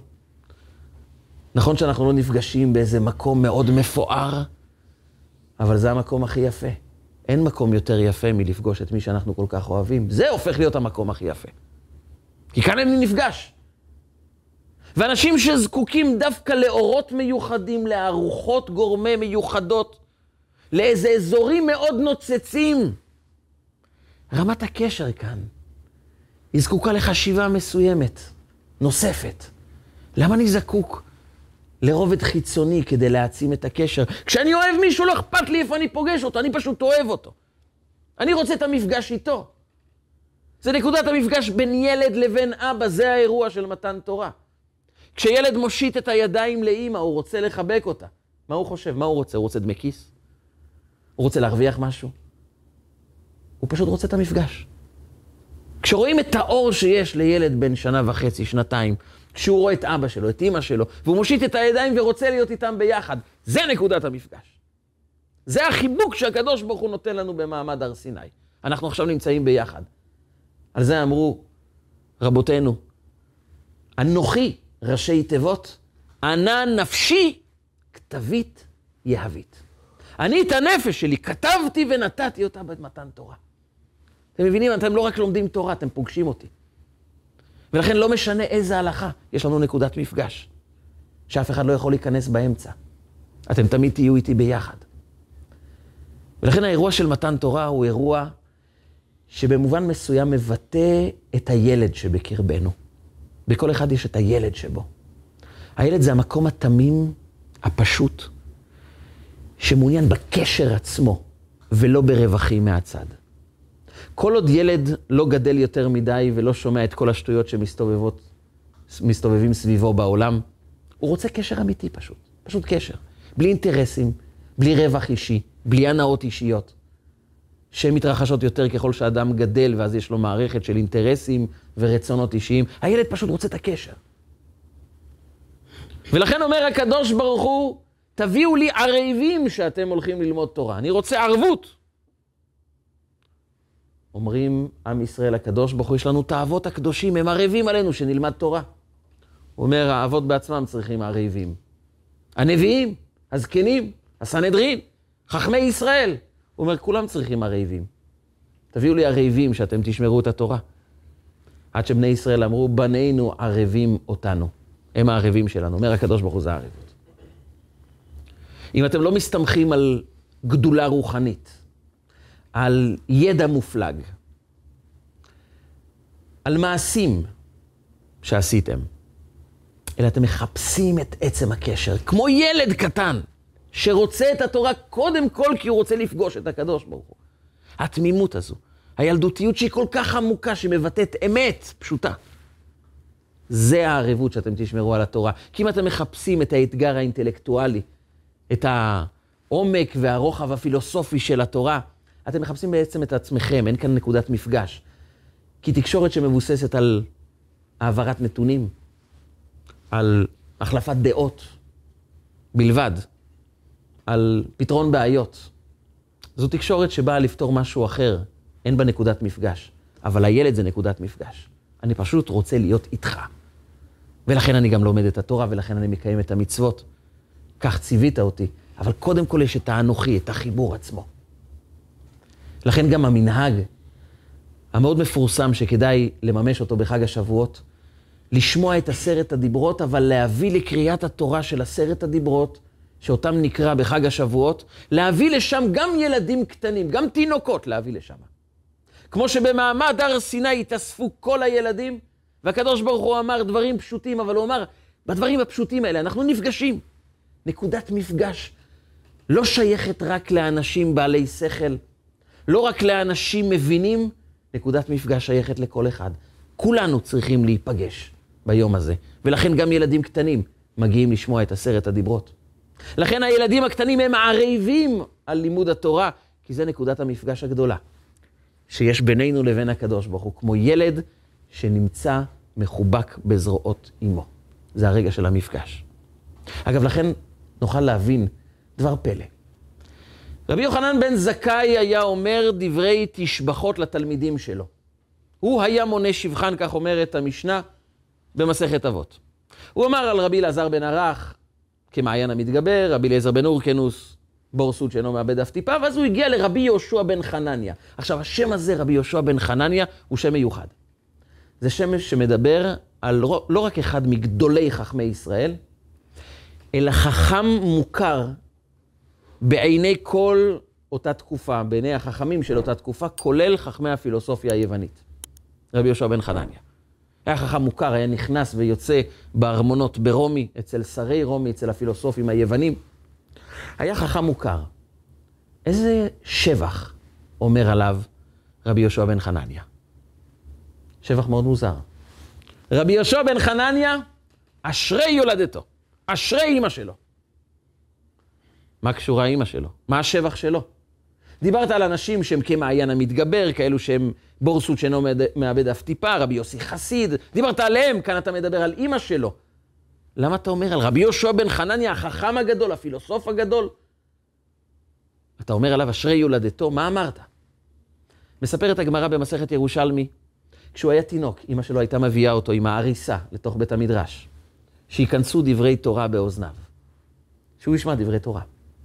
נכון שאנחנו לא נפגשים באיזה מקום מאוד מפואר, אבל זה המקום הכי יפה. אין מקום יותר יפה מלפגוש את מי שאנחנו כל כך אוהבים. זה הופך להיות המקום הכי יפה. כי כאן אני נפגש. ואנשים שזקוקים דווקא לאורות מיוחדים, לארוחות גורמה מיוחדות, לאיזה אזורים מאוד נוצצים. רמת הקשר כאן היא זקוקה לחשיבה מסוימת, נוספת. למה אני זקוק לרובד חיצוני כדי להעצים את הקשר? כשאני אוהב מישהו לא אכפת לי איפה אני פוגש אותו, אני פשוט אוהב אותו. אני רוצה את המפגש איתו. זה נקודת המפגש בין ילד לבין אבא, זה האירוע של מתן תורה. כשילד מושיט את הידיים לאמא, הוא רוצה לחבק אותה. מה הוא חושב? מה הוא רוצה? הוא רוצה דמי כיס? הוא רוצה להרוויח משהו? הוא פשוט רוצה את המפגש. כשרואים את האור שיש לילד בן שנה וחצי, שנתיים, כשהוא רואה את אבא שלו, את אמא שלו, והוא מושיט את הידיים ורוצה להיות איתם ביחד, זה נקודת המפגש. זה החיבוק שהקדוש ברוך הוא נותן לנו במעמד הר סיני. אנחנו עכשיו נמצאים ביחד. על זה אמרו רבותינו, אנוכי ראשי תיבות, ענה נפשי כתבית יהבית. אני את הנפש שלי כתבתי ונתתי אותה במתן תורה. אתם מבינים? אתם לא רק לומדים תורה, אתם פוגשים אותי. ולכן לא משנה איזה הלכה, יש לנו נקודת מפגש, שאף אחד לא יכול להיכנס באמצע. אתם תמיד תהיו איתי ביחד. ולכן האירוע של מתן תורה הוא אירוע שבמובן מסוים מבטא את הילד שבקרבנו. בכל אחד יש את הילד שבו. הילד זה המקום התמים, הפשוט, שמעוניין בקשר עצמו, ולא ברווחים מהצד. כל עוד ילד לא גדל יותר מדי ולא שומע את כל השטויות שמסתובבים סביבו בעולם, הוא רוצה קשר אמיתי פשוט. פשוט קשר. בלי אינטרסים, בלי רווח אישי, בלי הנאות אישיות. שהן מתרחשות יותר ככל שאדם גדל, ואז יש לו מערכת של אינטרסים ורצונות אישיים. הילד פשוט רוצה את הקשר. ולכן אומר הקדוש ברוך הוא, תביאו לי ערבים שאתם הולכים ללמוד תורה. אני רוצה ערבות. אומרים עם ישראל הקדוש ברוך הוא, יש לנו את האבות הקדושים, הם ערבים עלינו שנלמד תורה. הוא אומר, האבות בעצמם צריכים ערבים. הנביאים, הזקנים, הסנהדרין, חכמי ישראל. הוא אומר, כולם צריכים ערבים. תביאו לי ערבים שאתם תשמרו את התורה. עד שבני ישראל אמרו, בנינו ערבים אותנו. הם הערבים שלנו. אומר הקדוש ברוך הוא, זה הערבות. אם אתם לא מסתמכים על גדולה רוחנית, על ידע מופלג, על מעשים שעשיתם, אלא אתם מחפשים את עצם הקשר, כמו ילד קטן שרוצה את התורה קודם כל כי הוא רוצה לפגוש את הקדוש ברוך הוא. התמימות הזו, הילדותיות שהיא כל כך עמוקה, שמבטאת אמת פשוטה. זה הערבות שאתם תשמרו על התורה. כי אם אתם מחפשים את האתגר האינטלקטואלי, את העומק והרוחב הפילוסופי של התורה, אתם מחפשים בעצם את עצמכם, אין כאן נקודת מפגש. כי תקשורת שמבוססת על העברת נתונים, על החלפת דעות בלבד, על פתרון בעיות. זו תקשורת שבאה לפתור משהו אחר, אין בה נקודת מפגש. אבל הילד זה נקודת מפגש. אני פשוט רוצה להיות איתך. ולכן אני גם לומד את התורה, ולכן אני מקיים את המצוות. כך ציווית אותי. אבל קודם כל יש את האנוכי, את החיבור עצמו. לכן גם המנהג המאוד מפורסם שכדאי לממש אותו בחג השבועות, לשמוע את 10 הדיברות, אבל להביא לקריאת התורה של 10 הדיברות, שאותם נקרא בחג השבועות, להביא לשם גם ילדים קטנים, גם תינוקות להביא לשם. כמו שבמעמד הר סיני התאספו כל הילדים, והקדוש ברוך הוא אמר דברים פשוטים, אבל הוא אמר, בדברים הפשוטים האלה אנחנו נפגשים. נקודת מפגש לא שייכת רק לאנשים בעלי שכל, לא רק לאנשים מבינים, נקודת מפגש שייכת לכל אחד. כולנו צריכים להיפגש ביום הזה, ולכן גם ילדים קטנים מגיעים לשמוע את 10 הדיברות. לכן הילדים הקטנים הם ערבים על לימוד התורה, כי זה נקודת המפגש הגדולה שיש בינינו לבין הקדוש ברוך הוא, כמו ילד שנמצא מחובק בזרועות אמו. זה הרגע של המפגש. אגב, לכן נוכל להבין דבר פלא. רבי יוחנן בן זכאי היה אומר דברי תשבחות לתלמידים שלו. הוא היה מונה שבחן, כך אומרת המשנה במסכת אבות. הוא אמר על רבי אלעזר בן ערך, כמעיין המתגבר, רבי אליעזר בן אורקנוס, בור סוד שאינו מאבד אף טיפה, ואז הוא הגיע לרבי יהושע בן חנניה. עכשיו, השם הזה, רבי יהושע בן חנניה, הוא שם מיוחד. זה שם שמדבר על לא רק אחד מגדולי חכמי ישראל, אלא חכם מוכר בעיני כל אותה תקופה, בעיני החכמים של אותה תקופה, כולל חכמי הפילוסופיה היוונית. רבי יהושע בן חנניה. היה חכם מוכר, היה נכנס ויוצא בארמונות ברומי, אצל שרי רומי, אצל הפילוסופים היוונים. היה חכם מוכר. איזה שבח אומר עליו רבי יהושע בן חנניה? שבח מאוד מוזר. רבי יהושע בן חנניה, אשרי יולדתו, אשרי אמא שלו. מה קשורה אמא שלו? מה השבח שלו? דיברת על אנשים שהם כמעיין המתגבר, כאלו שהם בור סוד שאינו מאבד אף טיפה, רבי יוסי חסיד, דיברת עליהם, כאן אתה מדבר על אמא שלו. למה אתה אומר על רבי יהושע בן חנניה, החכם הגדול, הפילוסוף הגדול? אתה אומר עליו אשרי יולדתו, מה אמרת? מספרת הגמרא במסכת ירושלמי, כשהוא היה תינוק, אמא שלו הייתה מביאה אותו עם העריסה לתוך בית המדרש, שיכנסו דברי תורה באוזניו, שהוא ישמע דברי תורה.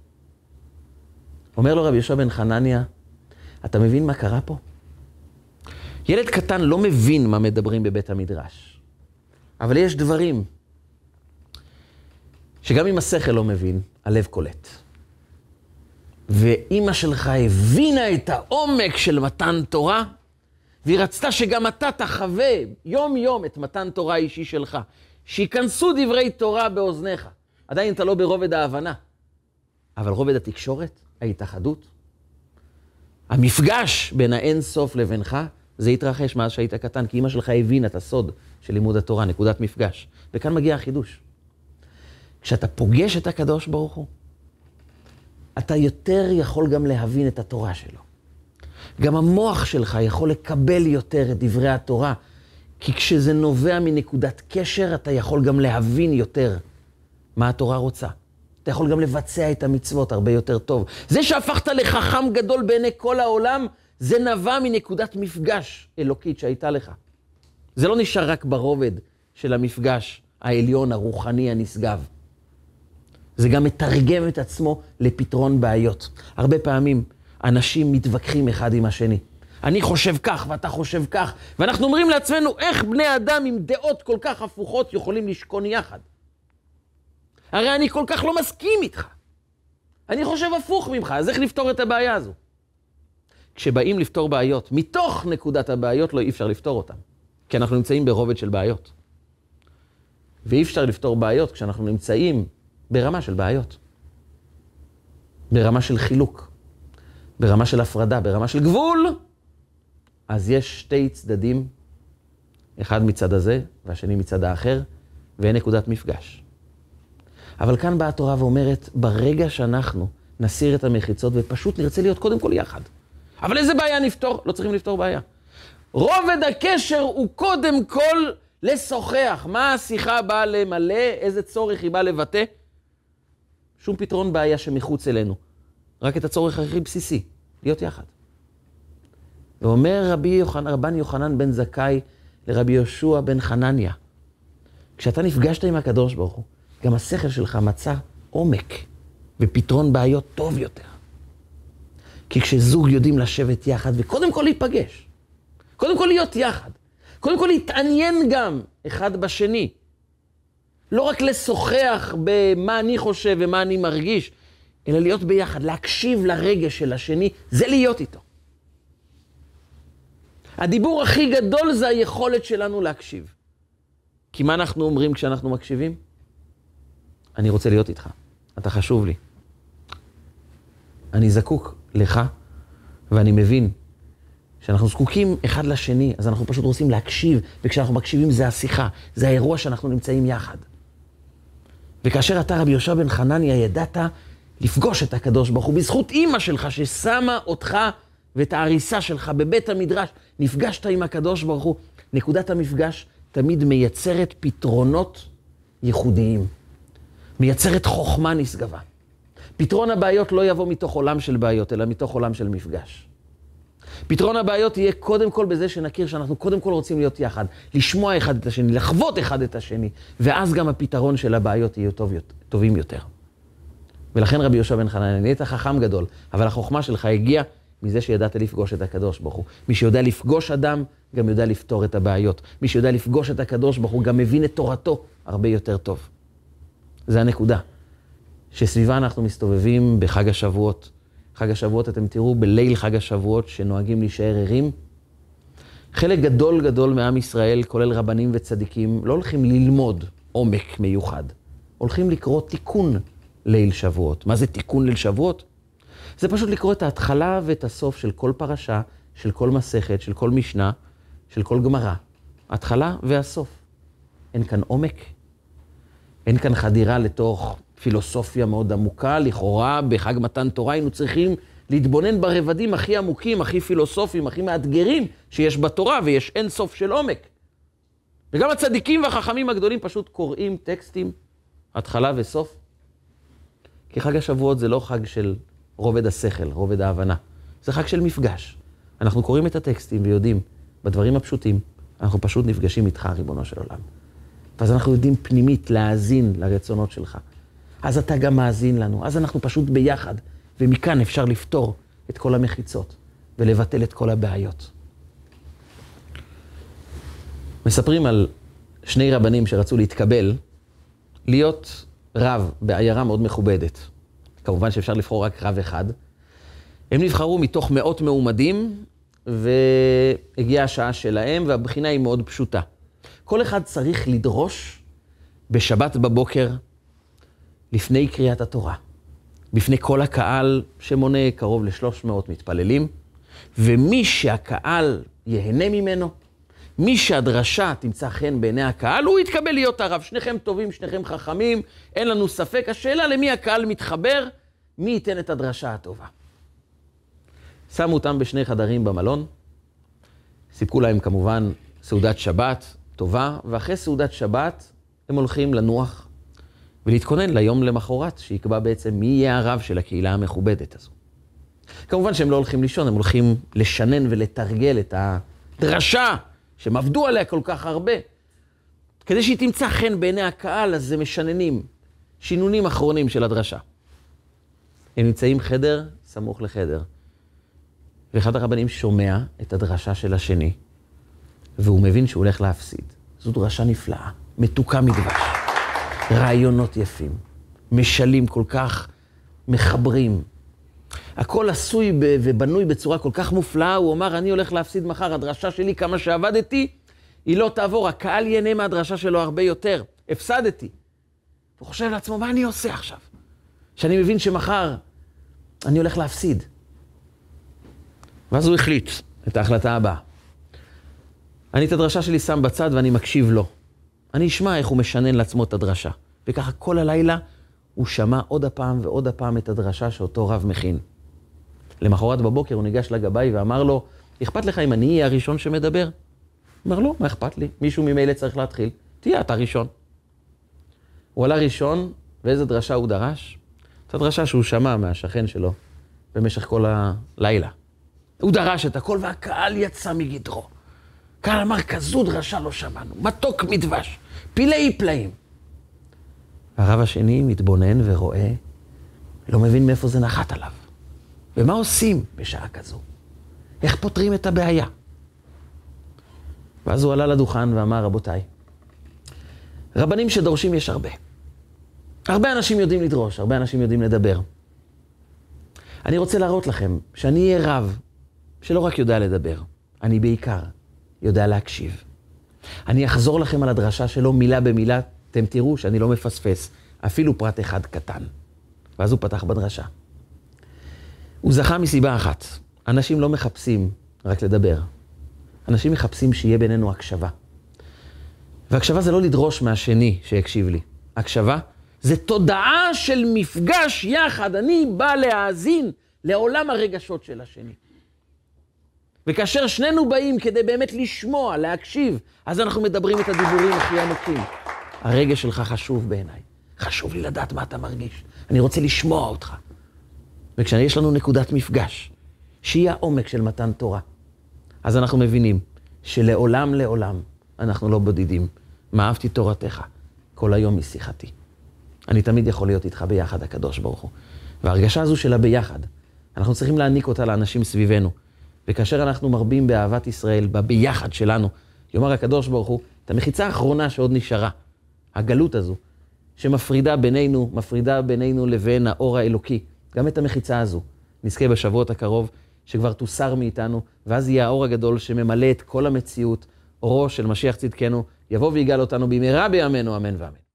אומר לו רבי יהושע בן חנניה, אתה מבין מה קרה פה? ילד קטן לא מבין מה מדברים בבית המדרש, אבל יש דברים שגם אם השכל לא מבין, הלב קולט. ואמא שלך הבינה את העומק של מתן תורה, והיא רצתה שגם אתה תחווה יום יום את מתן תורה האישי שלך, שיכנסו דברי תורה באוזניך. עדיין אתה לא ברובד ההבנה, אבל רובד התקשורת, ההתאחדות, המפגש בין האין סוף לבינך, זה התרחש מאז שהיית קטן, כי אמא שלך הבינה את הסוד של לימוד התורה, נקודת מפגש. וכאן מגיע החידוש. כשאתה פוגש את הקדוש ברוך הוא, אתה יותר יכול גם להבין את התורה שלו. גם המוח שלך יכול לקבל יותר את דברי התורה, כי כשזה נובע מנקודת קשר, אתה יכול גם להבין יותר מה התורה רוצה. אתה יכול גם לבצע את המצוות הרבה יותר טוב. זה שהפכת לחכם גדול בעיני כל העולם, זה נבע מנקודת מפגש אלוקית שהייתה לך. זה לא נשאר רק ברובד של המפגש העליון, הרוחני, הנשגב. זה גם מתרגם את עצמו לפתרון בעיות. הרבה פעמים אנשים מתווכחים אחד עם השני. אני חושב כך ואתה חושב כך, ואנחנו אומרים לעצמנו, איך בני אדם עם דעות כל כך הפוכות יכולים לשכון יחד? הרי אני כל כך לא מסכים איתך. אני חושב הפוך ממך, אז איך לפתור את הבעיה הזו? כשבאים לפתור בעיות, מתוך נקודת הבעיות לא אי אפשר לפתור אותן. כי אנחנו נמצאים ברובד של בעיות. ואי אפשר לפתור בעיות כשאנחנו נמצאים ברמה של בעיות. ברמה של חילוק. ברמה של הפרדה, ברמה של גבול. אז יש שתי צדדים, אחד מצד הזה והשני מצד האחר, ואין נקודת מפגש. אבל כאן באה התורה ואומרת, ברגע שאנחנו נסיר את המחיצות ופשוט נרצה להיות קודם כל יחד. אבל איזה בעיה נפתור? לא צריכים לפתור בעיה. רובד הקשר הוא קודם כל לשוחח. מה השיחה באה למלא? איזה צורך היא באה לבטא? שום פתרון בעיה שמחוץ אלינו. רק את הצורך הכי בסיסי, להיות יחד. ואומר רבן יוחנן בן זכאי לרבי יהושע בן חנניה, כשאתה נפגשת עם הקדוש ברוך הוא, גם השכל שלך מצא עומק ופתרון בעיות טוב יותר. כי כשזוג יודעים לשבת יחד וקודם כל להיפגש, קודם כל להיות יחד, קודם כל להתעניין גם אחד בשני, לא רק לשוחח במה אני חושב ומה אני מרגיש, אלא להיות ביחד, להקשיב לרגש של השני, זה להיות איתו. הדיבור הכי גדול זה היכולת שלנו להקשיב. כי מה אנחנו אומרים כשאנחנו מקשיבים? אני רוצה להיות איתך, אתה חשוב לי. אני זקוק לך, ואני מבין שאנחנו זקוקים אחד לשני, אז אנחנו פשוט רוצים להקשיב, וכשאנחנו מקשיבים זה השיחה, זה האירוע שאנחנו נמצאים יחד. וכאשר אתה רבי יהושע בן חנניה ידעת לפגוש את הקדוש ברוך הוא, בזכות אמא שלך ששמה אותך ואת ההריסה שלך בבית המדרש, נפגשת עם הקדוש ברוך הוא, נקודת המפגש תמיד מייצרת פתרונות ייחודיים, מייצרת חוכמה נשגבה. פתרון הבעיות לא יבוא מתוך עולם של בעיות, אלא מתוך עולם של מפגש. פתרון הבעיות יהיה קודם כל בזה שנכיר שאנחנו קודם כל רוצים להיות יחד, לשמוע אחד את השני, לחוות אחד את השני, ואז גם הפתרון של הבעיות יהיו טובים יותר. ולכן רבי יהושע בן חנניה, נהיית חכם גדול, אבל החוכמה שלך הגיעה מזה שידעת לפגוש את הקדוש ברוך הוא. מי שיודע לפגוש אדם, גם יודע לפתור את הבעיות. מי שיודע לפגוש את הקדוש ברוך הוא, גם מבין את תורתו הרבה יותר טוב. זה הנקודה. שסביבה אנחנו מסתובבים בחג השבועות. חג השבועות, אתם תראו, בליל חג השבועות שנוהגים להישאר ערים. חלק גדול גדול מעם ישראל, כולל רבנים וצדיקים, לא הולכים ללמוד עומק מיוחד. הולכים לקרוא תיקון ליל שבועות. מה זה תיקון ליל שבועות? זה פשוט לקרוא את ההתחלה ואת הסוף של כל פרשה, של כל מסכת, של כל משנה, של כל גמרא. ההתחלה והסוף. אין כאן עומק. אין כאן חדירה לתוך פילוסופיה מאוד עמוקה. לכאורה בחג מתן תורה היינו צריכים להתבונן ברבדים הכי עמוקים, הכי פילוסופיים, הכי מאתגרים שיש בתורה, ויש אין סוף של עומק. וגם הצדיקים והחכמים הגדולים פשוט קוראים טקסטים, התחלה וסוף. כי חג השבועות זה לא חג של רובד השכל, רובד ההבנה. זה חג של מפגש. אנחנו קוראים את הטקסטים ויודעים, בדברים הפשוטים, אנחנו פשוט נפגשים איתך, ריבונו של עולם. ואז אנחנו יודעים פנימית להאזין לרצונות שלך. אז אתה גם מאזין לנו, אז אנחנו פשוט ביחד, ומכאן אפשר לפתור את כל המחיצות, ולבטל את כל הבעיות. מספרים על שני רבנים שרצו להתקבל, להיות רב בעיירה מאוד מכובדת. כמובן שאפשר לבחור רק רב אחד. הם נבחרו מתוך מאות מעומדים, והגיעה השעה שלהם, והבחינה היא מאוד פשוטה. כל אחד צריך לדרוש בשבת בבוקר, לפני קריאת התורה, בפני כל הקהל שמונה קרוב ל-300 מתפללים, ומי שהקהל יהנה ממנו, מי שהדרשה תמצא חן בעיני הקהל, הוא יתקבל להיות הרב. שניכם טובים, שניכם חכמים, אין לנו ספק. השאלה למי הקהל מתחבר, מי ייתן את הדרשה הטובה. שמו אותם בשני חדרים במלון, סיפקו להם כמובן סעודת שבת טובה, ואחרי סעודת שבת הם הולכים לנוח ולהתכונן ליום למחרת, שיקבע בעצם מי יהיה הרב של הקהילה המכובדת הזו. כמובן שהם לא הולכים לישון, הם הולכים לשנן ולתרגל את הדרשה שהם עבדו עליה כל כך הרבה. כדי שהיא תמצא חן בעיני הקהל, אז הם משננים, שינונים אחרונים של הדרשה. הם נמצאים חדר סמוך לחדר, ואחד הרבנים שומע את הדרשה של השני, והוא מבין שהוא הולך להפסיד. זו דרשה נפלאה, מתוקה מדבש, רעיונות יפים, משלים כל כך מחברים. הכל עשוי ובנוי בצורה כל כך מופלאה. הוא אומר, אני הולך להפסיד מחר, הדרשה שלי כמה שעבדתי, היא לא תעבור, הקהל ייהנה מהדרשה שלו הרבה יותר, הפסדתי. הוא חושב לעצמו, מה אני עושה עכשיו? שאני מבין שמחר אני הולך להפסיד. ואז הוא החליט את ההחלטה הבאה. אני את הדרשה שלי שם בצד ואני מקשיב לו. אני אשמע איך הוא משנן לעצמו את הדרשה. וככה כל הלילה הוא שמע עוד הפעם ועוד הפעם את הדרשה שאותו רב מכין. למחרת בבוקר הוא ניגש לגבאי ואמר לו, אכפת לך אם אני אהיה הראשון שמדבר? אמר לו, מה אכפת לי? מישהו ממילא צריך להתחיל. תהיה אתה ראשון. הוא עלה ראשון, ואיזה דרשה הוא דרש? את הדרשה שהוא שמע מהשכן שלו במשך כל הלילה. הוא דרש את הכל והקהל יצא מגדרו. קהל אמר, כזו דרשה לא שמענו, מתוק מדבש, פילי פלאים. הרב השני מתבונן ורואה, לא מבין מאיפה זה נחת עליו. ומה עושים בשעה כזו? איך פותרים את הבעיה? ואז הוא עלה לדוכן ואמר, רבותיי, רבנים שדורשים יש הרבה. הרבה אנשים יודעים לדרוש, הרבה אנשים יודעים לדבר. אני רוצה להראות לכם שאני אהיה רב שלא רק יודע לדבר, אני בעיקר יודע להקשיב. אני אחזור לכם על הדרשה שלו מילה במילה, אתם תראו שאני לא מפספס, אפילו פרט אחד קטן. ואז הוא פתח בדרשה. הוא זכה מסיבה אחת, אנשים לא מחפשים רק לדבר. אנשים מחפשים שיהיה בינינו הקשבה. והקשבה זה לא לדרוש מהשני שיקשיב לי. הקשבה זה תודעה של מפגש יחד. אני בא להאזין לעולם הרגשות של השני. וכאשר שנינו באים כדי באמת לשמוע, להקשיב, אז אנחנו מדברים את הדיבורים הכי עמוקים. הרגש שלך חשוב בעיניי. חשוב לי לדעת מה אתה מרגיש. אני רוצה לשמוע אותך. וכשיש לנו נקודת מפגש, שהיא העומק של מתן תורה, אז אנחנו מבינים שלעולם לעולם אנחנו לא בודדים. מה אהבתי תורתך, כל היום משיחתי. אני תמיד יכול להיות איתך ביחד, הקדוש ברוך הוא. וההרגשה הזו שלה ביחד, אנחנו צריכים להעניק אותה לאנשים סביבנו. וכאשר אנחנו מרבים באהבת ישראל, בביחד שלנו, יאמר הקדוש ברוך הוא, את המחיצה האחרונה שעוד נשארה, הגלות הזו, שמפרידה בינינו לבין האור האלוקי, גם את המחיצה הזו, נזכה בשבועות הקרוב, שכבר תוסר מאיתנו, ואז יהיה האור הגדול שממלא את כל המציאות, אורו של משיח צדקנו, יבוא ויגאל אותנו במהרה בימינו, אמן ואמן.